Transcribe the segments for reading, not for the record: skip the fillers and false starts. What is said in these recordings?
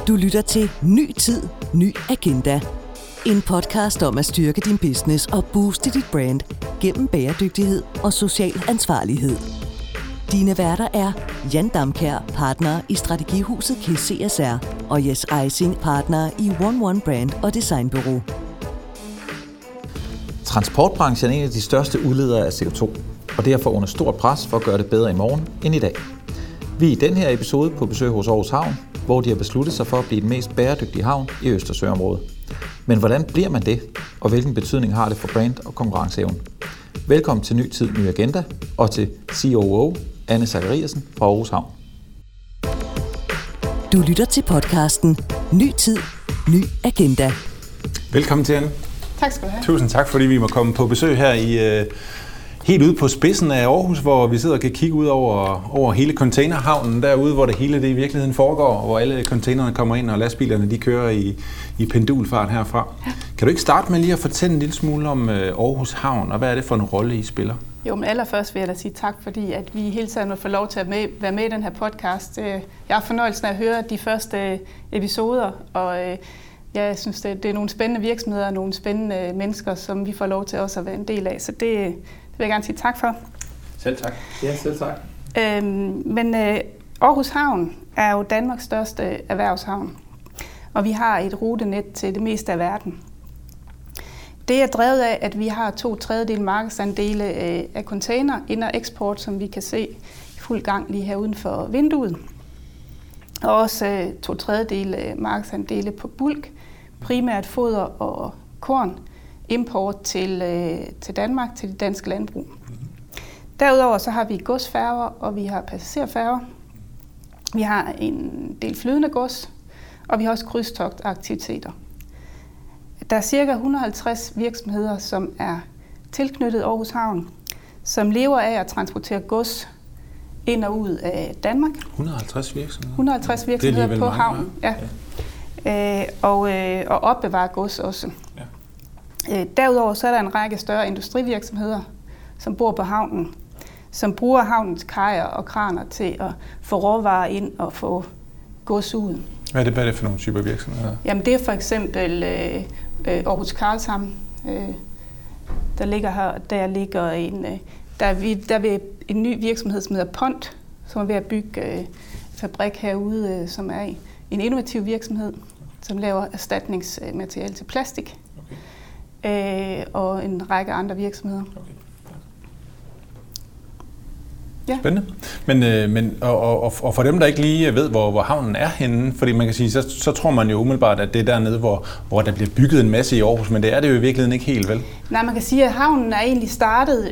Du lytter til Ny Tid, Ny Agenda. En podcast om at styrke din business og booste dit brand gennem bæredygtighed og social ansvarlighed. Dine værter er Jan Damkjær, partner i strategihuset KISS CSR, og Jes Eising, partner i One Brand og Designbureau. Transportbranchen er en af de største udledere af CO2, og derfor under stort pres for at gøre det bedre i morgen end i dag. Vi er i den her episode på besøg hos Aarhus Havn, hvor de har besluttet sig for at blive den mest bæredygtige havn i Østersøområdet. Men hvordan bliver man det, og hvilken betydning har det for brand og konkurrenceevne? Velkommen til Ny Tid, Ny Agenda, og til COO Anne Zachariasen fra Aarhus Havn. Du lytter til podcasten Ny Tid, Ny Agenda. Velkommen til, Anne. Tak skal du have. Tusind tak, fordi vi må komme på besøg her i helt ude på spidsen af Aarhus, hvor vi sidder og kan kigge ud over hele containerhavnen derude, hvor det hele det i virkeligheden foregår, og hvor alle containerne kommer ind, og lastbilerne de kører i pendulfart herfra. Ja. Kan du ikke starte med lige at fortælle en lille smule om Aarhus Havn, og hvad er det for en rolle, I spiller? Jo, men allerførst vil jeg da sige tak, fordi at vi hele tiden må få lov til at være med i den her podcast. Jeg har fornøjelsen af at høre de første episoder, og jeg synes, det er nogle spændende virksomheder og nogle spændende mennesker, som vi får lov til også at være en del af. Så det vil jeg gerne sige tak for. Selv tak. Ja, selv tak. Men Aarhus Havn er jo Danmarks største erhvervshavn, og vi har et rutenet til det meste af verden. Det er drevet af, at vi har 2/3 markedsandele af container, ind- og eksport, som vi kan se i fuld gang lige her uden for vinduet. Og også 2/3 markedsandele på bulk, primært foder og korn, import til Danmark, til det danske landbrug. Derudover så har vi godsfærger, og vi har passagerfærger. Vi har en del flydende gods, og vi har også krydstogtaktiviteter. Der er ca. 150 virksomheder, som er tilknyttet Aarhus Havn, som lever af at transportere gods ind og ud af Danmark. 150 virksomheder? 150 virksomheder på havnen, ja. Og opbevare gods også. Ja. Derudover så er der en række større industrivirksomheder, som bor på havnen, som bruger havnens kajer og kraner til at få råvarer ind og få gods ud. Hvad er det for nogle typer virksomheder? Jamen det er for eksempel Aarhus Karlshamn. Der ligger en ny virksomhed, som hedder Pont, som er ved at bygge fabrik herude, som er en innovativ virksomhed, som laver erstatningsmateriale til plastik. Okay. Og en række andre virksomheder. Okay. Ja. Spændende. Men for dem, der ikke lige ved, hvor havnen er henne, fordi man kan sige, så tror man jo umiddelbart, at det er dernede, hvor der bliver bygget en masse i Aarhus, men det er det jo i virkeligheden ikke helt, vel? Nej, man kan sige, at havnen er egentlig startet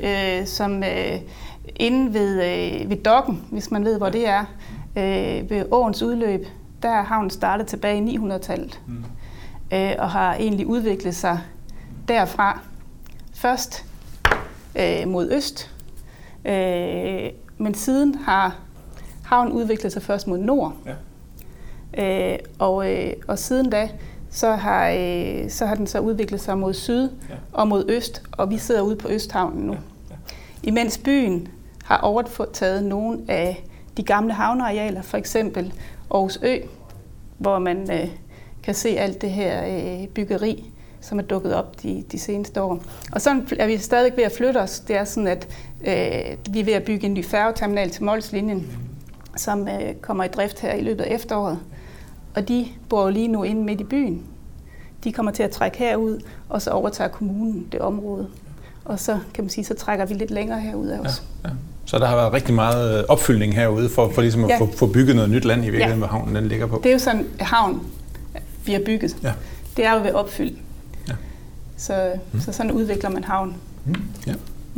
inde ved Dokken, hvis man ved, hvor det er, ved åens udløb. Der er havnen startet tilbage i 900-tallet, og har egentlig udviklet sig derfra først mod øst, men siden har havnen udviklet sig først mod nord. Ja. Og siden da, så har den så udviklet sig mod syd og mod øst, og vi sidder ude på Østhavnen nu. Ja. Ja. Imens byen har overtaget nogle af de gamle havnearealer, for eksempel Aarhus Ø, hvor man kan se alt det her byggeri, som er dukket op de seneste år. Og sådan er vi stadig ved at flytte os. Det er sådan, at vi er ved at bygge en ny færgeterminal til Molslinjen, som kommer i drift her i løbet af efteråret. Og de bor jo lige nu inde midt i byen. De kommer til at trække herud, og så overtager kommunen det område. Og så kan man sige, så trækker vi lidt længere herud af os. Ja, ja. Så der har været rigtig meget opfyldning herude for ligesom at få bygget noget nyt land i virkeligheden, hvor havnen den ligger på. Det er jo sådan, havn vi har bygget. Ja. Det er jo ved opfyldt. Ja. Så sådan udvikler man havnen. Ja.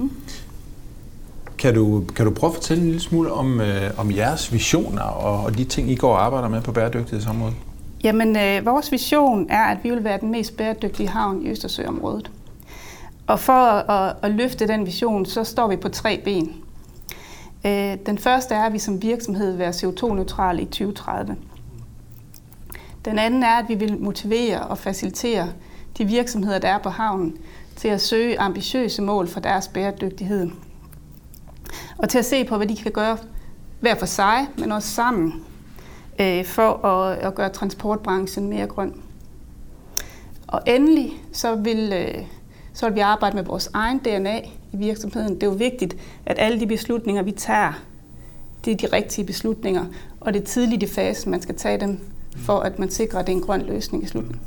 Kan du prøve at fortælle en lille smule om jeres visioner og de ting, I går og arbejder med på bæredygtighedsområdet? Jamen, vores vision er, at vi vil være den mest bæredygtige havn i Østersøområdet. Og for at løfte den vision, så står vi på 3 ben. Den første er, at vi som virksomhed vil være CO2-neutrale i 2030. Den anden er, at vi vil motivere og facilitere de virksomheder, der er på havnen, til at søge ambitiøse mål for deres bæredygtighed. Og til at se på, hvad de kan gøre hver for sig, men også sammen, for at gøre transportbranchen mere grøn. Og endelig så vil vi arbejde med vores egen DNA i virksomheden. Det er jo vigtigt, at alle de beslutninger, vi tager, det er de rigtige beslutninger, og det er tidligt i fasen, man skal tage dem, for at man sikrer, at det er en grøn løsning i slutningen.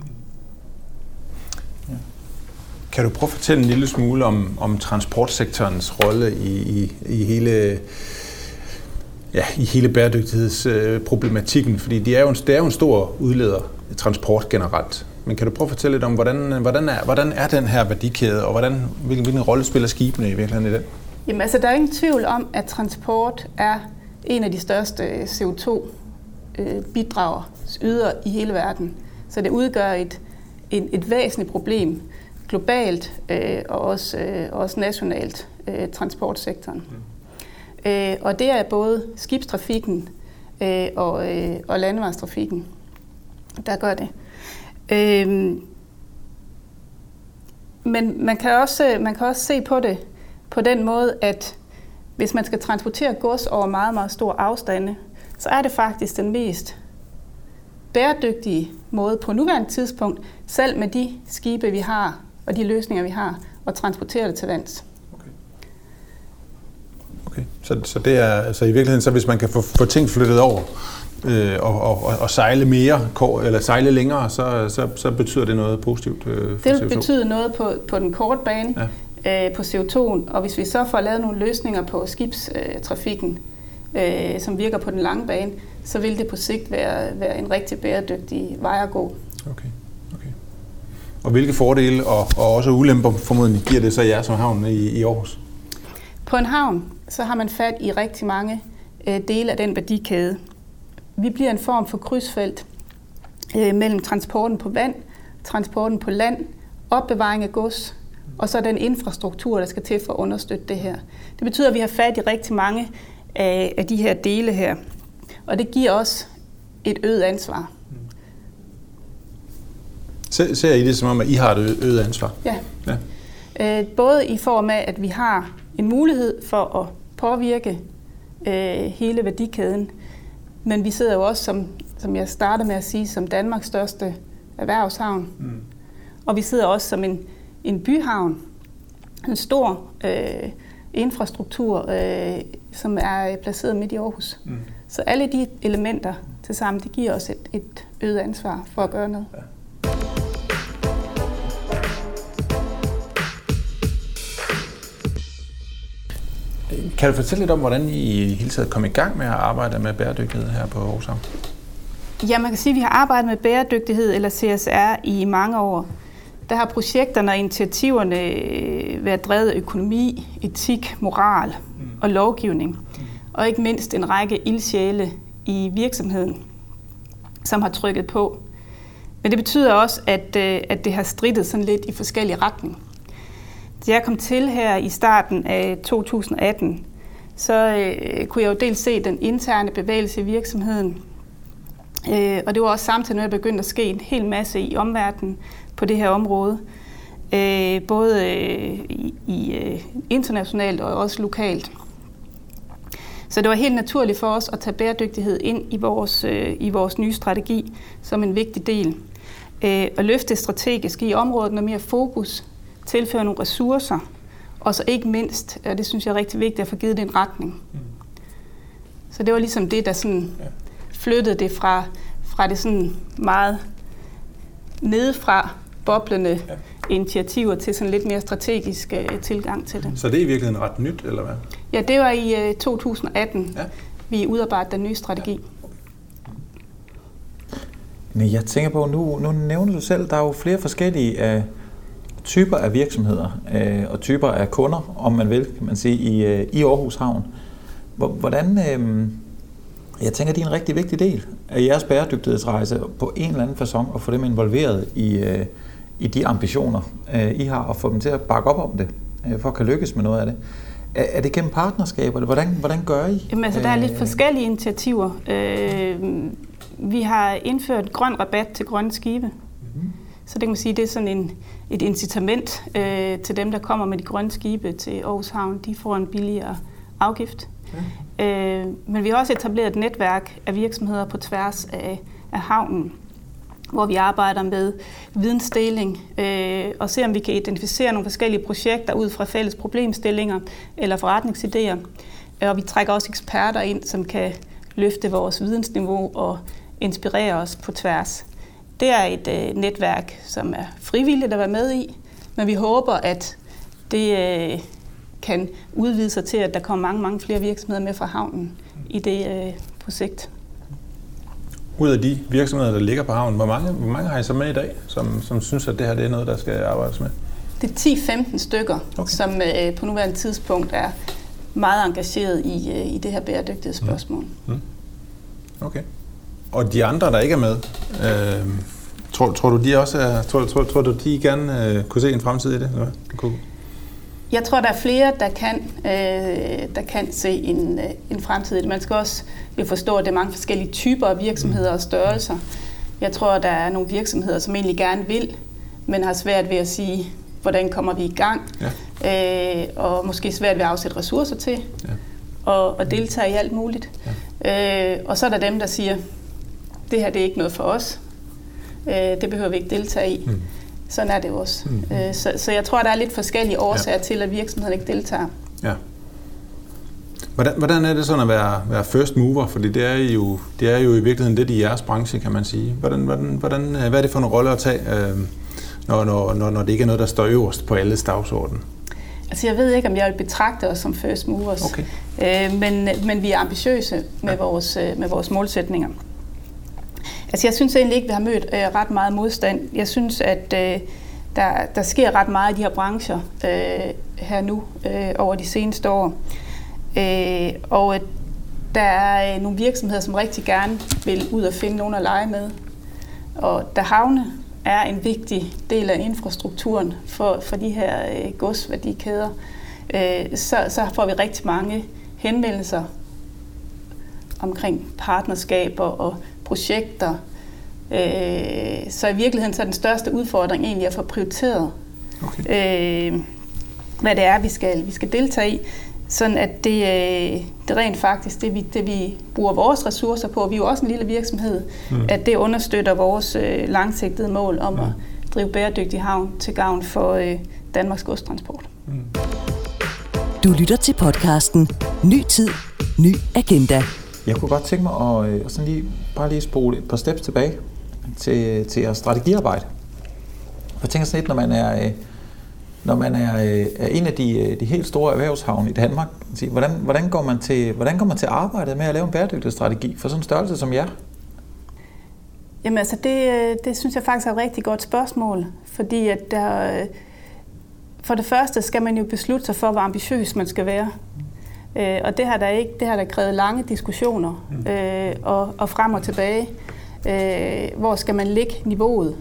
Kan du prøve at fortælle en lille smule om transportsektorens rolle i hele bæredygtighedsproblematikken? Fordi det er jo en stor udleder transport generelt. Men kan du prøve at fortælle lidt om, hvordan er den her værdikæde, og hvilken rolle spiller skibene i virkeligheden i den? Jamen altså, der er ingen tvivl om, at transport er en af de største CO2-bidragsyder i hele verden. Så det udgør et væsentligt problem globalt og også nationalt, transportsektoren. Og det er både skibstrafikken og landevejstrafikken, der gør det. Men man kan også se på det på den måde, at hvis man skal transportere gods over meget, meget store afstande, så er det faktisk den mest bæredygtige måde på nuværende tidspunkt, selv med de skibe, vi har, og de løsninger, vi har, at transportere det til vands. Okay. Så det er altså i virkeligheden, så hvis man kan få ting flyttet over og sejle mere eller sejle længere, så betyder det noget positivt for CO2? Det vil betyde noget på den korte bane, på CO2'en, og hvis vi så får lavet nogle løsninger på skibstrafikken, som virker på den lange bane, så vil det på sigt være en rigtig bæredygtig vej at gå. Okay. Og hvilke fordele og også ulemper formodentlig giver det så jer som havn i Aarhus? På en havn, så har man fat i rigtig mange dele af den værdikæde. Vi bliver en form for krydsfelt mellem transporten på vand, transporten på land, opbevaring af gods, og så den infrastruktur, der skal til for at understøtte det her. Det betyder, at vi har fat i rigtig mange af de her dele her, og det giver os et øget ansvar. Ser I det som om, at I har et øget ansvar? Ja. Både i form af, at vi har en mulighed for at påvirke hele værdikæden, men vi sidder jo også, som jeg startede med at sige, som Danmarks største erhvervshavn. Og vi sidder også som en byhavn, en stor infrastruktur, som er placeret midt i Aarhus. Så alle de elementer tilsammen, det giver os et øget ansvar for at gøre noget. Ja. Kan du fortælle lidt om, hvordan I hele tiden kom i gang med at arbejde med bæredygtighed her på Aarhus Havn? Ja, man kan sige, at vi har arbejdet med bæredygtighed eller CSR i mange år. Der har projekterne og initiativerne været drevet af økonomi, etik, moral og lovgivning. Og ikke mindst en række ildsjæle i virksomheden, som har trykket på. Men det betyder også, at det har strittet sådan lidt i forskellige retninger. Da jeg kom til her i starten af 2018, så kunne jeg jo dels se den interne bevægelse i virksomheden. Og det var også samtidig, når jeg begyndte at ske en hel masse i omverdenen på det her område. Både internationalt og også lokalt. Så det var helt naturligt for os at tage bæredygtighed ind i vores nye strategi som en vigtig del. At løfte strategisk i området med mere fokus, tilføre nogle ressourcer, og så ikke mindst, og det synes jeg er rigtig vigtigt, at få givet det en retning. Så det var ligesom det, der sådan flyttede det fra det sådan meget nedefra boblende initiativer til sådan lidt mere strategisk tilgang til det. Så det er i virkeligheden ret nyt, eller hvad? Ja, det var i 2018, vi udarbejdede den nye strategi. Jeg tænker på, nu nævner du selv, der er jo flere forskellige typer af virksomheder og typer af kunder, om man vil, kan man sige, i Aarhus Havn. Hvordan, jeg tænker, det er en rigtig vigtig del af jeres bæredygtighedsrejse på en eller anden facon at få dem involveret i de ambitioner, I har, og få dem til at bakke op om det, for at kan lykkes med noget af det. Er det gennem partnerskaber? Hvordan gør I? Jamen, altså, der er lidt forskellige initiativer. Vi har indført grøn rabat til grønne skibe. Så det kan man sige, det er sådan et incitament til dem, der kommer med de grønne skibe til Aarhus Havn. De får en billigere afgift. Men vi har også etableret et netværk af virksomheder på tværs af havnen, hvor vi arbejder med vidensdeling og ser, om vi kan identificere nogle forskellige projekter ud fra fælles problemstillinger eller forretningsidéer. Og vi trækker også eksperter ind, som kan løfte vores vidensniveau og inspirere os på tværs. Det er et netværk, som er frivilligt at være med i, men vi håber, at det kan udvide sig til, at der kommer mange, mange flere virksomheder med fra havnen i det projekt. Ud af de virksomheder, der ligger på havnen, hvor mange har I så med i dag, som synes, at det her det er noget, der skal arbejdes med? Det er 10-15 stykker, som på nuværende tidspunkt er meget engageret i det her bæredygtighedsspørgsmål. Okay. Og de andre, der ikke er med, tror du, de også er, tror du, de gerne kunne se en fremtid i det? Eller hvad? Jeg tror, der er flere, der kan se en fremtid i det. Man skal også forstå, at det er mange forskellige typer af virksomheder og størrelser. Jeg tror, der er nogle virksomheder, som egentlig gerne vil, men har svært ved at sige, hvordan kommer vi i gang, og måske svært ved at afsætte ressourcer til, og deltage i alt muligt. Og så er der dem, der siger, det her det er ikke noget for os, det behøver vi ikke deltage i. Sådan er det også. Så jeg tror, der er lidt forskellige årsager til, at virksomheden ikke deltager. Ja. Hvordan er det sådan at være first mover? Fordi det er jo i virkeligheden lidt i jeres branche, kan man sige. Hvad er det for en rolle at tage, når det ikke er noget, der står øverst på alles dagsorden? Altså jeg ved ikke, om jeg vil betragte os som first movers, men vi er ambitiøse med vores målsætninger. Altså jeg synes egentlig ikke, vi har mødt ret meget modstand. Jeg synes, at der sker ret meget i de her brancher her nu over de seneste år. Og der er nogle virksomheder, som rigtig gerne vil ud og finde nogen at lege med. Og da havne er en vigtig del af infrastrukturen for de her godsværdikæder, så får vi rigtig mange henvendelser omkring partnerskaber og projekter. Så i virkeligheden så er den største udfordring egentlig at få prioriteret, hvad det er, vi skal deltage i, sådan at det rent faktisk, det vi bruger vores ressourcer på, vi er jo også en lille virksomhed, at det understøtter vores langsigtede mål om at drive bæredygtig havn til gavn for Danmarks godstransport. Du lytter til podcasten Ny Tid, Ny Agenda. Jeg kunne godt tænke mig at sådan lige spole et par steps tilbage til jeres strategiarbejde. Jeg tænker sådan lidt, når man er en af de helt store erhvervshavne i Danmark, hvordan går man til arbejdet med at lave en bæredygtighedsstrategi for sådan en størrelse som jer? Jamen altså, det synes jeg faktisk er et rigtig godt spørgsmål, fordi at for det første skal man jo beslutte sig for, hvor ambitiøs man skal være. Og det har der krævet lange diskussioner og frem og tilbage. Hvor skal man lægge niveauet?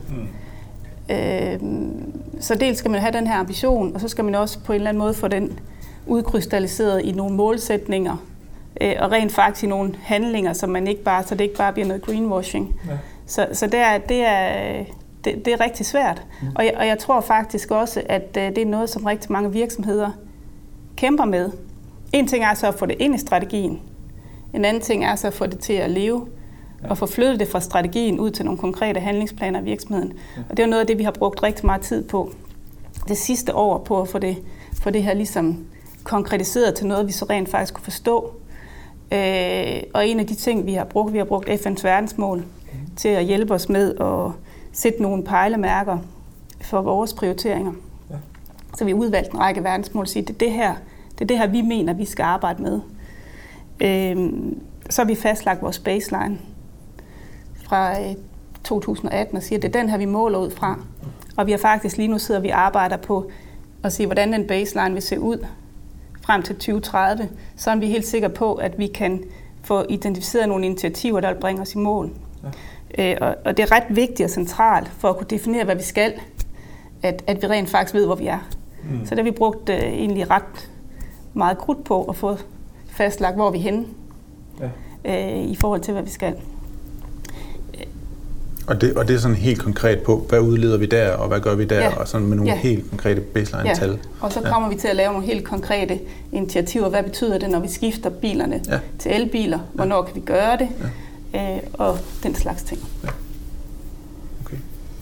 Så dels skal man have den her ambition, og så skal man også på en eller anden måde få den udkrystalliseret i nogle målsætninger, og rent faktisk i nogle handlinger, så det ikke bare bliver noget greenwashing. Ja. Så det er rigtig svært. Og jeg tror faktisk også, at det er noget, som rigtig mange virksomheder kæmper med. En ting er så at få det ind i strategien. En anden ting er så at få det til at leve, og få flyttet det fra strategien ud til nogle konkrete handlingsplaner i virksomheden. Og det er noget af det, vi har brugt rigtig meget tid på det sidste år, på at få det her ligesom konkretiseret til noget, vi så rent faktisk kunne forstå. Og en af de ting, vi har brugt FN's verdensmål til at hjælpe os med at sætte nogle pejlemærker for vores prioriteringer. Ja. Så vi har udvalgt en række verdensmål og siger, det er det her, vi mener, vi skal arbejde med. Så har vi fastlagt vores baseline fra 2018 og siger, at det er den her, vi måler ud fra. Og vi har faktisk lige nu sidder vi arbejder på at se, hvordan den baseline vil se ud frem til 2030. Så er vi helt sikre på, at vi kan få identificeret nogle initiativer, der vil bringe os i mål. Ja. Og det er ret vigtigt og centralt for at kunne definere, hvad vi skal, at vi rent faktisk ved, hvor vi er. Så det har vi brugt egentlig ret meget krudt på at få fastlagt, hvor vi er henne i forhold til, hvad vi skal. Og det er sådan helt konkret på, hvad udleder vi der, og hvad gør vi der, og sådan med nogle helt konkrete baseline-tal. Og så kommer vi til at lave nogle helt konkrete initiativer. Hvad betyder det, når vi skifter bilerne til elbiler? Hvornår kan vi gøre det? Og den slags ting. Ja. Okay.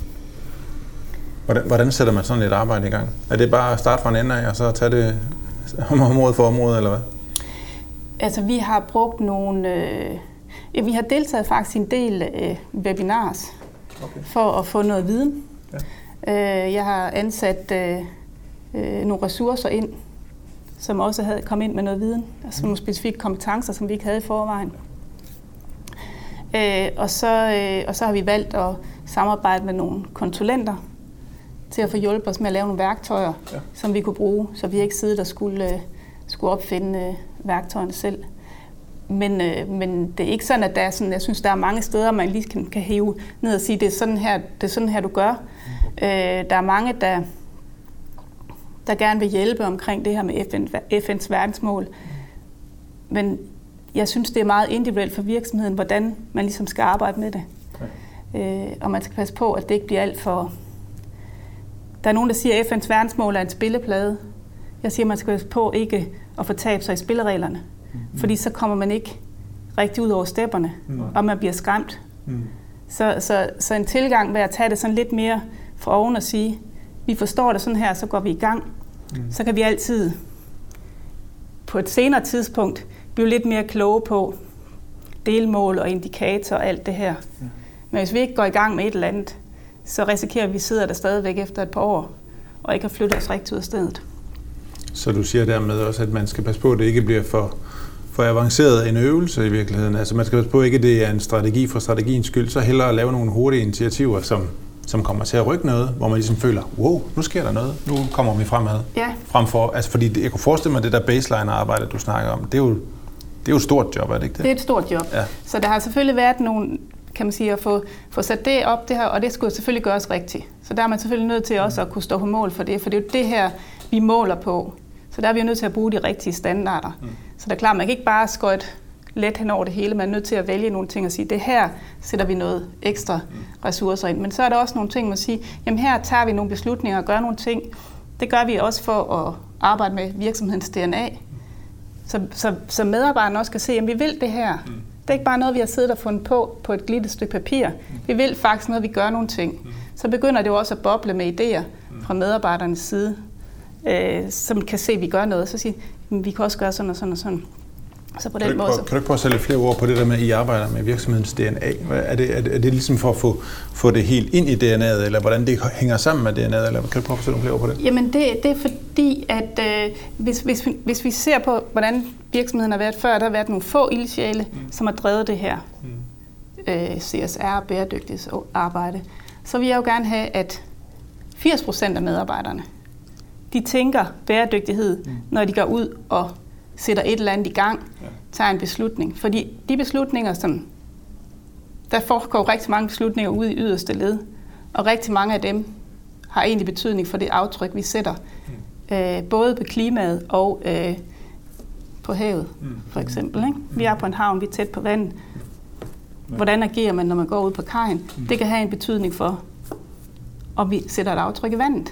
Hvordan sætter man sådan et arbejde i gang? Er det bare at starte fra en ende af, og så tage det område for område, eller hvad? Altså, vi har brugt nogle... vi har deltaget faktisk i en del webinars for at få noget viden. Ja. Jeg har ansat nogle ressourcer ind, som også havde kommet ind med noget viden, altså nogle specifikke kompetencer, som vi ikke havde i forvejen. Og så har vi valgt at samarbejde med nogle konsulenter til at få hjulpet os med at lave nogle værktøjer, som vi kunne bruge, så vi ikke sidde der skulle opfinde værktøjerne selv. Men det er ikke sådan, at der er sådan, jeg synes, der er mange steder, man lige kan hæve ned og sige, det er sådan her, du gør. Der er mange, der gerne vil hjælpe omkring det her med FN's verdensmål. Men jeg synes, det er meget individuelt for virksomheden, hvordan man ligesom skal arbejde med det. Og man skal passe på, at det ikke bliver alt for... Der er nogen, der siger, at FN's verdensmål er en spilleplade. Jeg siger, at man skal passe på ikke at fortabe sig i spillereglerne. Fordi så kommer man ikke rigtig ud over stepperne, og man bliver skræmt. Så en tilgang ved at tage det sådan lidt mere fra oven og sige, vi forstår det sådan her, så går vi i gang. Så kan vi altid på et senere tidspunkt blive lidt mere kloge på delmål og indikatorer og alt det her. Men hvis vi ikke går i gang med et eller andet, så risikerer vi, at vi sidder der stadigvæk efter et par år, og ikke har flyttet os rigtig ud af stedet. Så du siger dermed også, at man skal passe på, at det ikke bliver for avanceret en øvelse i virkeligheden. Altså man skal passe på, at ikke det er en strategi for strategiens skyld, så hellere at lave nogle hurtige initiativer, som kommer til at rykke noget, hvor man ligesom føler, wow, nu sker der noget, nu kommer vi fremad. Ja. Fremfor, altså fordi jeg kunne forestille mig, det der baseline-arbejde, du snakker om, det er jo et stort job, er det ikke det? Det er et stort job. Ja. Så der har selvfølgelig været nogle, kan man sige, at få sat det op, det her, og det skulle selvfølgelig gøres rigtigt. Så der er man selvfølgelig nødt til også at kunne stå på mål for det er jo det her, vi måler på. Så der er vi jo nødt til at bruge de rigtige standarder. Så det er klart, man kan ikke bare skøjte let hen over det hele. Man er nødt til at vælge nogle ting og sige, det her sætter vi noget ekstra ressourcer ind. Men så er der også nogle ting, man siger, jamen her tager vi nogle beslutninger og gør nogle ting. Det gør vi også for at arbejde med virksomhedens DNA. Så medarbejderne også kan se, at vi vil det her. Det er ikke bare noget, vi har siddet og fundet på et glittet stykke papir. Vi vil faktisk noget, vi gør nogle ting. Så begynder det jo også at boble med idéer fra medarbejdernes side, som kan se, at vi gør noget. Så siger vi kan også gøre sådan og sådan og sådan. Så på den måde. Kan du ikke prøve at sætte flere ord på det der med, at I arbejder med virksomhedens DNA? Er det ligesom for at få det helt ind i DNA'et, eller hvordan det hænger sammen med DNA'et? Eller kan du prøve at sætte flere ord på det? Jamen det er fordi, at hvis vi ser på, hvordan virksomheden har været før, der har været nogle få ildsjæle, som har drevet det her CSR, bæredygtighedsarbejde. Så vil jeg jo gerne have, at 80% af medarbejderne, de tænker bæredygtighed, når de går ud og sætter et eller andet i gang, tager en beslutning. Fordi de beslutninger, der foregår rigtig mange beslutninger ude i yderste led, og rigtig mange af dem har egentlig betydning for det aftryk, vi sætter. Både på klimaet og på havet, for eksempel. Ikke? Vi er på en havn, vi er tæt på vandet. Hvordan agerer man, når man går ud på kajen? Det kan have en betydning for, om vi sætter et aftryk i vandet.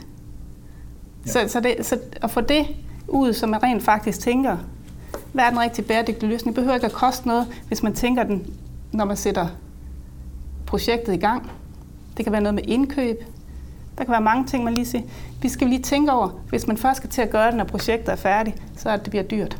Så at få det ud, som man rent faktisk tænker, hvad er den rigtig bæredygtige løsning? Det behøver ikke at koste noget, hvis man tænker den, når man sætter projektet i gang. Det kan være noget med indkøb. Der kan være mange ting, man lige siger. Vi skal lige tænke over, hvis man først skal til at gøre det, når projektet er færdigt, så at det bliver dyrt.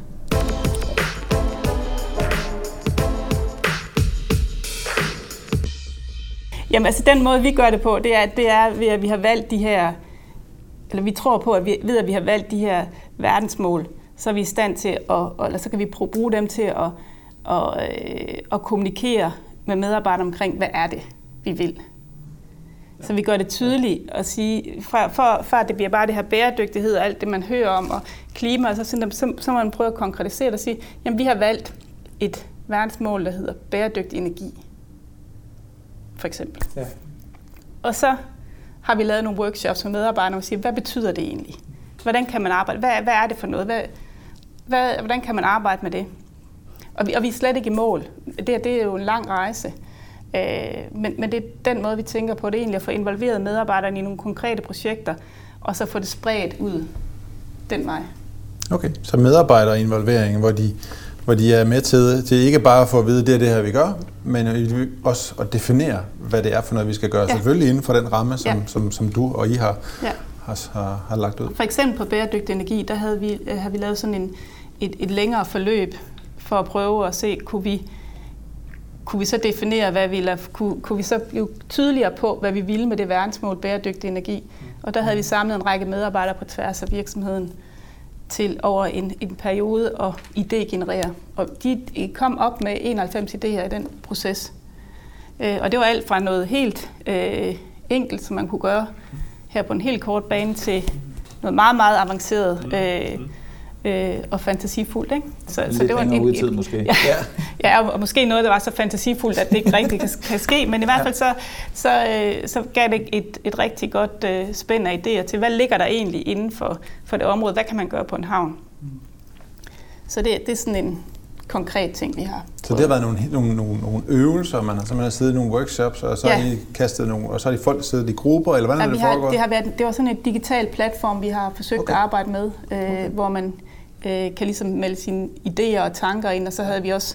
Jamen altså den måde, vi gør det på, det er ved, at vi har valgt de her, eller vi tror på, at ved at vi har valgt de her verdensmål, så er vi i stand til eller så kan vi bruge dem til at kommunikere med medarbejdere omkring, hvad er det, vi vil. Så vi gør det tydeligt at sige, for at det bliver bare det her bæredygtighed og alt det, man hører om, og klima, og så må man prøve at konkretisere det og sige, jamen vi har valgt et verdensmål, der hedder bæredygtig energi, for eksempel. Ja. Og så har vi lavet nogle workshops med medarbejdere og siger, hvad betyder det egentlig? Hvordan kan man arbejde? Hvad er det for noget? Hvordan kan man arbejde med det? Og vi er slet ikke i mål. Det er jo en lang rejse. Men det er den måde, vi tænker på. Det er egentlig at få involveret medarbejderne i nogle konkrete projekter, og så få det spredt ud den vej. Okay, så medarbejderinvolvering, hvor de er med til ikke bare at få at vide, det er det her, vi gør, men også at definere, hvad det er for noget, vi skal gøre. Ja. Selvfølgelig inden for den ramme, som du og I har lagt ud. For eksempel på bæredygtig energi, der har vi lavet sådan et længere forløb for at prøve at se, kunne vi så definere, hvad vi kunne vi så blive tydeligere på, hvad vi ville med det verdensmål bæredygtig energi. Og der havde vi samlet en række medarbejdere på tværs af virksomheden til over en periode at idégenerere. Og de kom op med 91 idéer i den proces. Og det var alt fra noget helt enkelt, som man kunne gøre her på en helt kort bane, til noget meget, meget avanceret og fantasifuldt. Ikke? Så det var en tid måske. Ja, og måske noget, der var så fantasifuldt, at det ikke rigtig kan ske, men i hvert fald så gav det et rigtig godt spænd af idéer til, hvad ligger der egentlig inden for det område, hvad kan man gøre på en havn. Så det er sådan en konkret ting, vi har. Så det har været nogle øvelser, man har simpelthen siddet i nogle workshops, og så har I kastet nogle, og så har de folk siddet i grupper, eller hvordan det foregår? Det var sådan en digital platform, vi har forsøgt at arbejde med, hvor man kan ligesom melde sine idéer og tanker ind, og så havde vi også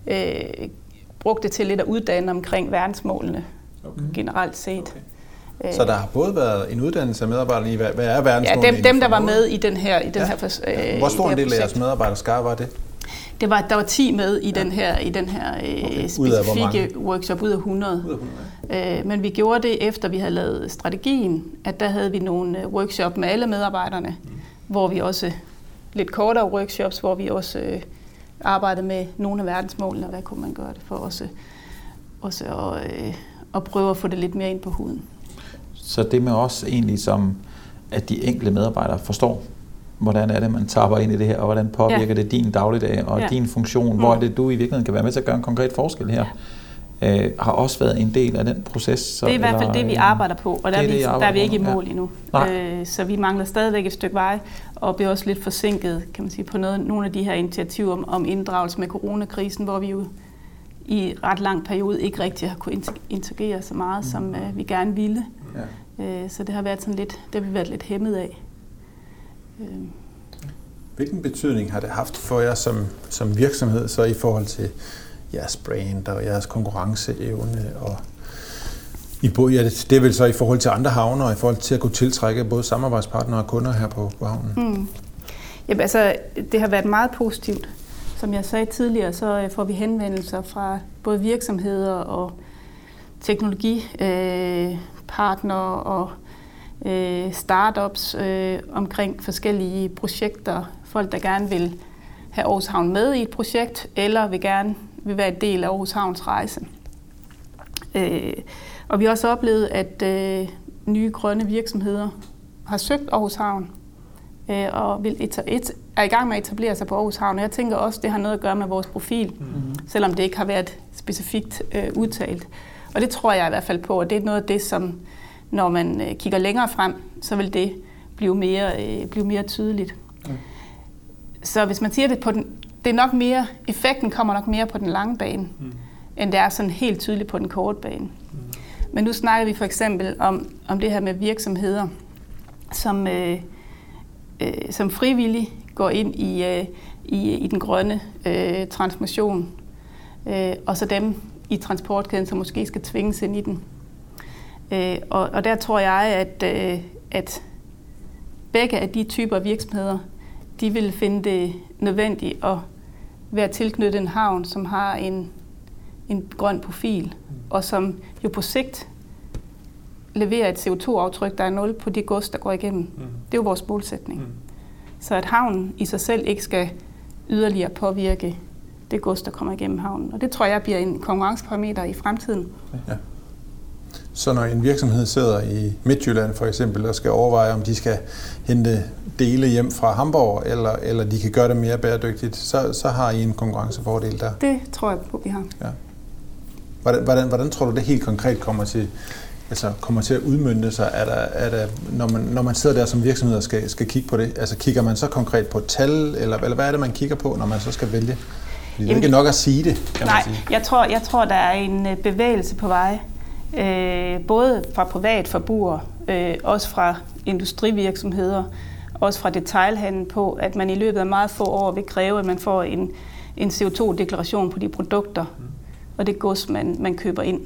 brugt det til lidt at uddanne omkring verdensmålene generelt set. Okay. Så der har både været en uddannelse af medarbejderne i, hvad er verdensmålene? Ja, dem der var med i den her Hvor stor en del af jeres medarbejderskare var det? Der var 10 med i den her specifikke workshop ud af 100. Men vi gjorde det efter vi havde lavet strategien, at der havde vi nogle workshop med alle medarbejderne, hvor vi også lidt kortere workshops, hvor vi også arbejdede med nogle af verdensmålene, og hvad kunne man gøre det for også at prøve at få det lidt mere ind på huden. Så det med os egentlig som, at de enkelte medarbejdere forstår, hvordan er det, man tapper ind i det her, og hvordan påvirker det din dagligdag og din funktion, hvor er det, du i virkeligheden kan være med til at gøre en konkret forskel her, har også været en del af den proces. Så, det er i hvert fald det, vi arbejder på, og der er vi ikke i mål endnu. Så vi mangler stadigvæk et stykke vej, og bliver også lidt forsinket, kan man sige, på nogle af de her initiativer om inddragelse med coronakrisen, hvor vi jo i ret lang periode ikke rigtig har kunnet integrere så meget, som vi gerne ville. Ja. Så det har været sådan lidt, det har vi været lidt hæmmet af. Hvilken betydning har det haft for jer som virksomhed, så i forhold til jeres brand og jeres konkurrenceevne? Og det er vel så i forhold til andre havner, og i forhold til at kunne tiltrække både samarbejdspartnere og kunder her på havnen? Jamen altså, det har været meget positivt. Som jeg sagde tidligere, så får vi henvendelser fra både virksomheder og teknologipartnere og startups omkring forskellige projekter. Folk, der gerne vil have Aarhus Havn med i et projekt, eller vil være en del af Aarhus Havns rejse. Og vi har også oplevet, at nye grønne virksomheder har søgt Aarhus Havn og er i gang med at etablere sig på Aarhus Havn. Og jeg tænker også, det har noget at gøre med vores profil, selvom det ikke har været specifikt udtalt. Og det tror jeg i hvert fald på, og det er noget af det, som når man kigger længere frem, så vil det blive mere tydeligt. Så hvis man siger det det er nok mere, effekten kommer nok mere på den lange bane, end det er sådan helt tydeligt på den korte bane. Men nu snakker vi for eksempel om det her med virksomheder, som frivilligt går ind i den grønne transformation, og så dem i transportkæden, som måske skal tvinges ind i den. Og der tror jeg, at begge af de typer virksomheder, de vil finde det nødvendigt at være tilknyttet en havn, som har en grøn profil, og som jo på sigt leverer et CO2-aftryk, der er 0 på de gods, der går igennem. Det er jo vores målsætning. Så at havnen i sig selv ikke skal yderligere påvirke det gods, der kommer igennem havnen. Og det tror jeg bliver en konkurrenceparameter i fremtiden. Ja. Så når en virksomhed sidder i Midtjylland for eksempel og skal overveje, om de skal hente dele hjem fra Hamburg, eller de kan gøre det mere bæredygtigt, så har I en konkurrencefordel der? Det tror jeg på, vi har. Ja. Hvordan tror du, det helt konkret kommer til at udmønte sig? Er der, når man sidder der som virksomhed og skal kigge på det, altså kigger man så konkret på tal, eller hvad er det, man kigger på, når man så skal vælge Fordi det er ikke nok at sige det, kan man sige. Jeg tror, der er en bevægelse på vej. Både fra privatforbrugere, også fra industrivirksomheder, også fra detailhandel på, at man i løbet af meget få år vil kræve, at man får en CO2-deklaration på de produkter og det gods, man køber ind.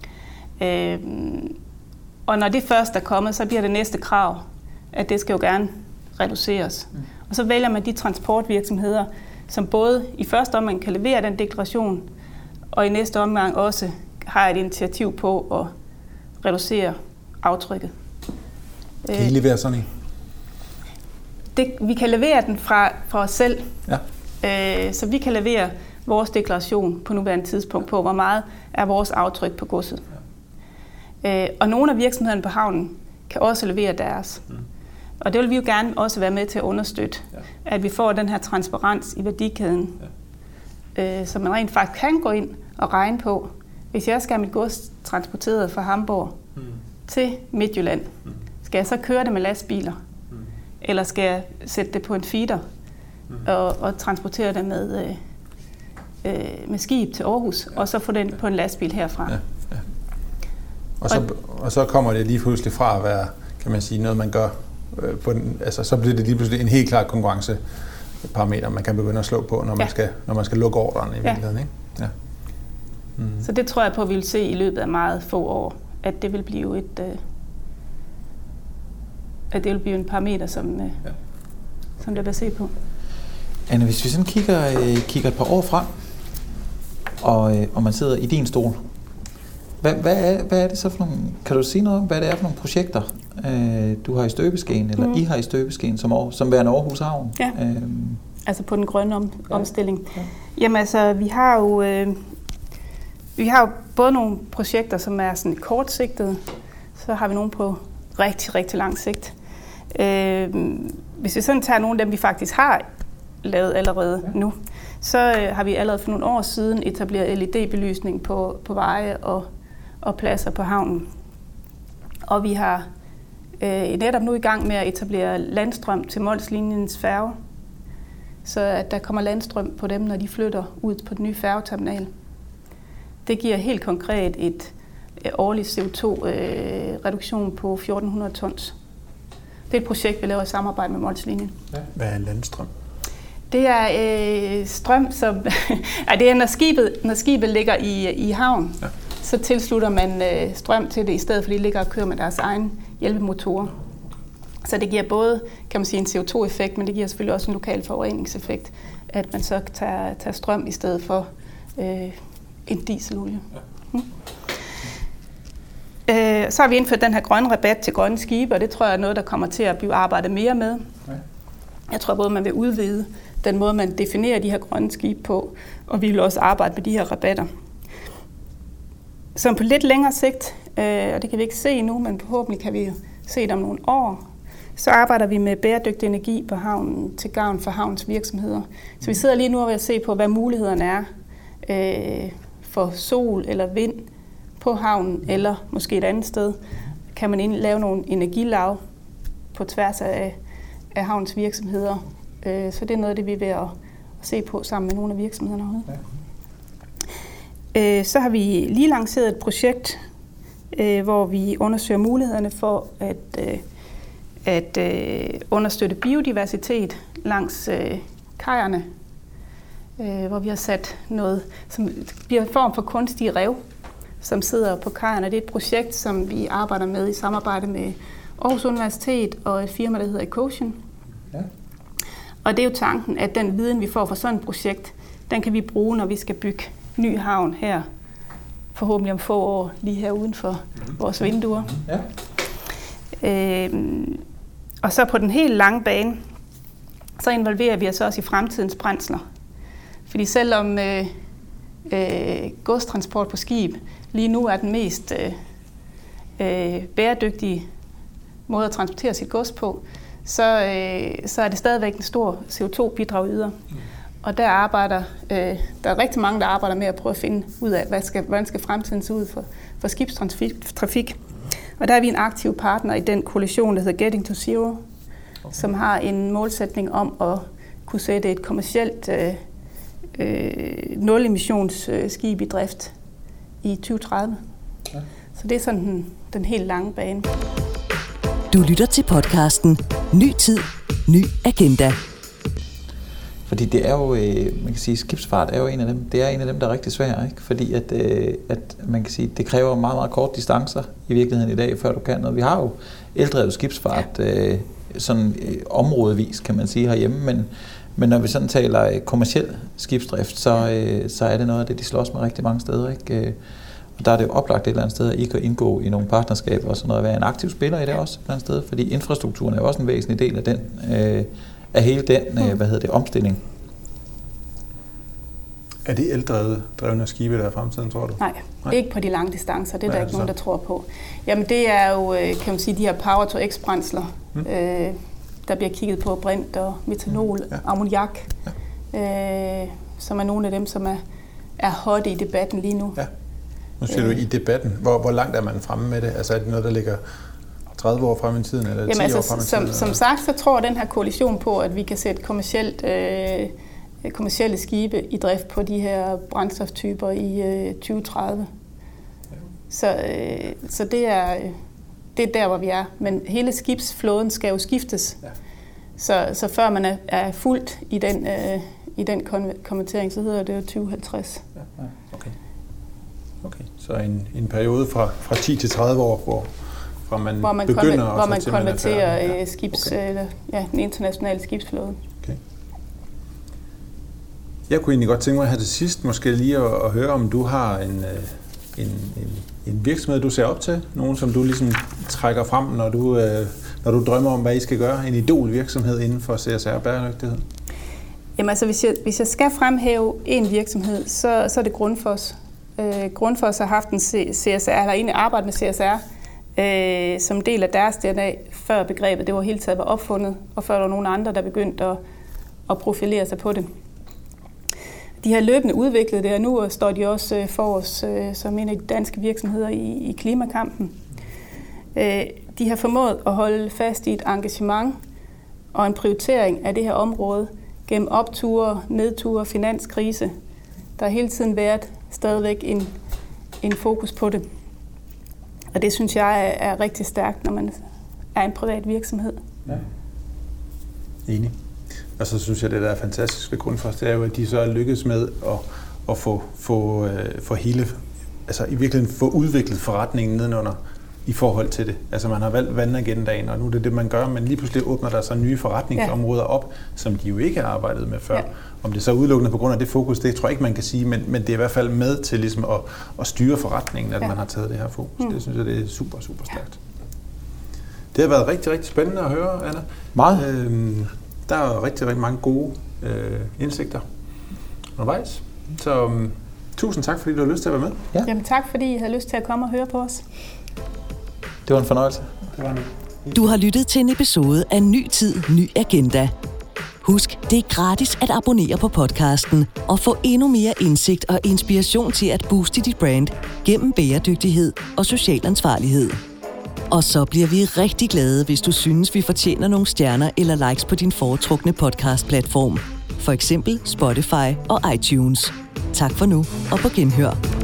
Og når det først er kommet, så bliver det næste krav, at det skal jo gerne reduceres. Og så vælger man de transportvirksomheder, som både i første omgang kan levere den deklaration, og i næste omgang også har et initiativ på at reducere aftrykket. Kan I levere sådan en? Vi kan levere den fra os selv. Ja. Så vi kan levere vores deklaration på nuværende tidspunkt på, hvor meget er vores aftryk på godset. Og nogle af virksomhederne på havnen kan også levere deres. Og det vil vi jo gerne også være med til at understøtte, at vi får den her transparens i værdikæden, så man rent faktisk kan gå ind og regne på, hvis jeg skal have mit gods transporteret fra Hamburg til Midtjylland, skal jeg så køre det med lastbiler? Eller skal jeg sætte det på en feeder og transportere det med skib til Aarhus, og så få den på en lastbil herfra? Ja. Og så kommer det lige pludselig fra at være, kan man sige, noget man gør så bliver det lige pludselig en helt klar konkurrenceparameter, man kan begynde at slå på, når man skal lukke ordren i virkeligheden, ikke? Ja. Så det tror jeg på, at vi vil se i løbet af meget få år, at det vil blive en parameter, som der vil se på. Anne, hvis vi sådan kigger et par år frem, og man sidder i din stol, hvad er det så for nogle, kan du sige noget om, hvad det er for nogle projekter, du har i støbeskeen, eller I har i støbeskeen som værende Aarhus Havn? Ja, altså på den grønne omstilling. Ja. Jamen altså, vi har jo både nogle projekter, som er sådan kortsigtede, så har vi nogle på rigtig, rigtig lang sigt. Hvis vi sådan tager nogle af dem, vi faktisk har lavet allerede nu, så har vi allerede for nogle år siden etableret LED-belysning på veje og pladser på havnen. Og vi har netop nu i gang med at etablere landstrøm til Mols-linjens færge, så at der kommer landstrøm på dem, når de flytter ud på den nye færgeterminal. Det giver helt konkret et årligt CO2-reduktion på 1.400 tons. Det er et projekt, vi laver i samarbejde med Mols-linjen. Ja. Hvad er landstrøm? Det er strøm, som det er, når skibet ligger i havn, så tilslutter man strøm til det, i stedet for de ligger og kører med deres egen hjælpemotorer. Så det giver både, kan man sige, en CO2-effekt, men det giver selvfølgelig også en lokal forureningseffekt, at man så tager strøm i stedet for en dieselolie. Så har vi indført den her grønne rabat til grønne skibe, og det tror jeg er noget, der kommer til at blive arbejdet mere med. Jeg tror både, man vil udvide den måde, man definerer de her grønne skibe på, og vi vil også arbejde med de her rabatter. Så på lidt længere sigt, og det kan vi ikke se nu, men forhåbentlig kan vi se det om nogle år, så arbejder vi med bæredygtig energi på havnen til gavn for havns virksomheder. Så vi sidder lige nu og vil se på, hvad mulighederne er for sol eller vind på havnen, eller måske et andet sted. Kan man lave nogle energilav på tværs af havns virksomheder. Så det er noget af det, vi er ved at se på sammen med nogle af virksomhederne herude. Ja. Så har vi lige lanceret et projekt, hvor vi undersøger mulighederne for at understøtte biodiversitet langs kajerne, hvor vi har sat noget, som bliver en form for kunstige rev, som sidder på kajerne. Det er et projekt, som vi arbejder med i samarbejde med Aarhus Universitet og et firma, der hedder Ecotion. Ja. Og det er jo tanken, at den viden, vi får fra sådan et projekt, den kan vi bruge, når vi skal bygge ny havn her, forhåbentlig om få år, lige her uden for vores vinduer. Ja. Og så på den helt lange bane, så involverer vi os også i fremtidens brændsler. Fordi selvom godstransport på skib lige nu er den mest bæredygtige måde at transportere sit gods på, så er det stadigvæk en stor CO2-bidrag yder. Og der er rigtig mange, der arbejder med at prøve at finde ud af, hvordan skal fremtiden se ud for skibstrafik. Og der er vi en aktiv partner i den koalition, der hedder Getting to Zero, som har en målsætning om at kunne sætte et kommercielt nul-emissionsskib i drift i 2030. Ja. Så det er sådan den helt lange bane. Du lytter til podcasten Ny Tid, Ny Agenda. Fordi det er jo, man kan sige, skibsfart er jo en af dem. Det er en af dem, der er rigtig svær, ikke? Fordi at man kan sige, det kræver meget, meget kort distancer i virkeligheden i dag, før du kan noget. Vi har jo eldrevet skibsfart sådan områdevis, kan man sige, herhjemme, men når vi sådan taler kommerciel skibsdrift, så er det noget af det, de slås med rigtig mange steder, ikke? Og der er det jo oplagt et eller andet sted, at I kan indgå i nogle partnerskaber og sådan noget, at være en aktiv spiller i det også et eller andet sted, fordi infrastrukturen er jo også en væsentlig del af den, af hele den, omstilling. Er det eldrevne skibe, der er fremtiden, tror du? Nej, ikke på de lange distancer. Det er der ikke nogen, der tror på. Jamen det er jo, kan man sige, de her power-to-x-brændsler, der bliver kigget på brint og metanol, ammoniak, som er nogle af dem, som er hot i debatten lige nu. Ja. Nu siger du i debatten. Hvor langt er man fremme med det? Altså er det noget, der ligger 30 år frem i tiden, eller 10 år frem i tiden? Som sagt, så tror den her koalition på, at vi kan sætte kommercielle skibe i drift på de her brændstoftyper i 2030. Så det er der, hvor vi er. Men hele skibsflåden skal jo skiftes. Ja. Så før man er fuldt i den konvertering, så hedder det jo 2050. Ja. Okay. Så en periode fra 10 til 30 år, hvor man konverterer den internationale skibsflåde. Okay. Jeg kunne egentlig godt tænke mig her til sidst måske lige at høre, om du har en virksomhed, du ser op til, nogen som du ligesom trækker frem, når du drømmer om, hvad I skal gøre, en idolvirksomhed inden for CSR-bæredygtighed. Jamen altså, hvis jeg skal fremhæve en virksomhed, så er det Grundfos. Grundfos har haft en CSR, eller egentlig arbejdet med CSR, som del af deres DNA, før begrebet det var helt taget var opfundet, og før der var nogen andre, der begyndte at profilere sig på det. De har løbende udviklet det, og nu står de også for os som en af de danske virksomheder i klimakampen. De har formået at holde fast i et engagement og en prioritering af det her område gennem opture, nedture, finanskrise. Der har hele tiden været stadigvæk en fokus på det. Og det synes jeg er rigtig stærkt, når man er en privat virksomhed. Ja. Enig. Og så synes jeg, det der er fantastisk ved Grundfos, det er jo, at de så er lykkedes med at få hele, altså i virkeligheden få udviklet forretningen nedenunder i forhold til det. Altså man har valgt vandagendaen, og nu er det det, man gør, men lige pludselig åbner der så nye forretningsområder op, som de jo ikke har arbejdet med før. Ja. Om det så er udelukkende på grund af det fokus, det tror jeg ikke, man kan sige, men det er i hvert fald med til ligesom at styre forretningen, at man har taget det her fokus. Det synes jeg, det er super, super stærkt. Det har været rigtig, rigtig spændende at høre, Anna. Meget. Der er rigtig, rigtig mange gode indsigter undervejs. Så tusind tak, fordi du har lyst til at være med. Ja. Jamen tak, fordi I havde lyst til at komme og høre på os. Det var en fornøjelse. Du har lyttet til en episode af Ny Tid, Ny Agenda. Husk, det er gratis at abonnere på podcasten og få endnu mere indsigt og inspiration til at booste dit brand gennem bæredygtighed og social ansvarlighed. Og så bliver vi rigtig glade, hvis du synes, vi fortjener nogle stjerner eller likes på din foretrukne podcastplatform. For eksempel Spotify og iTunes. Tak for nu, og på genhør.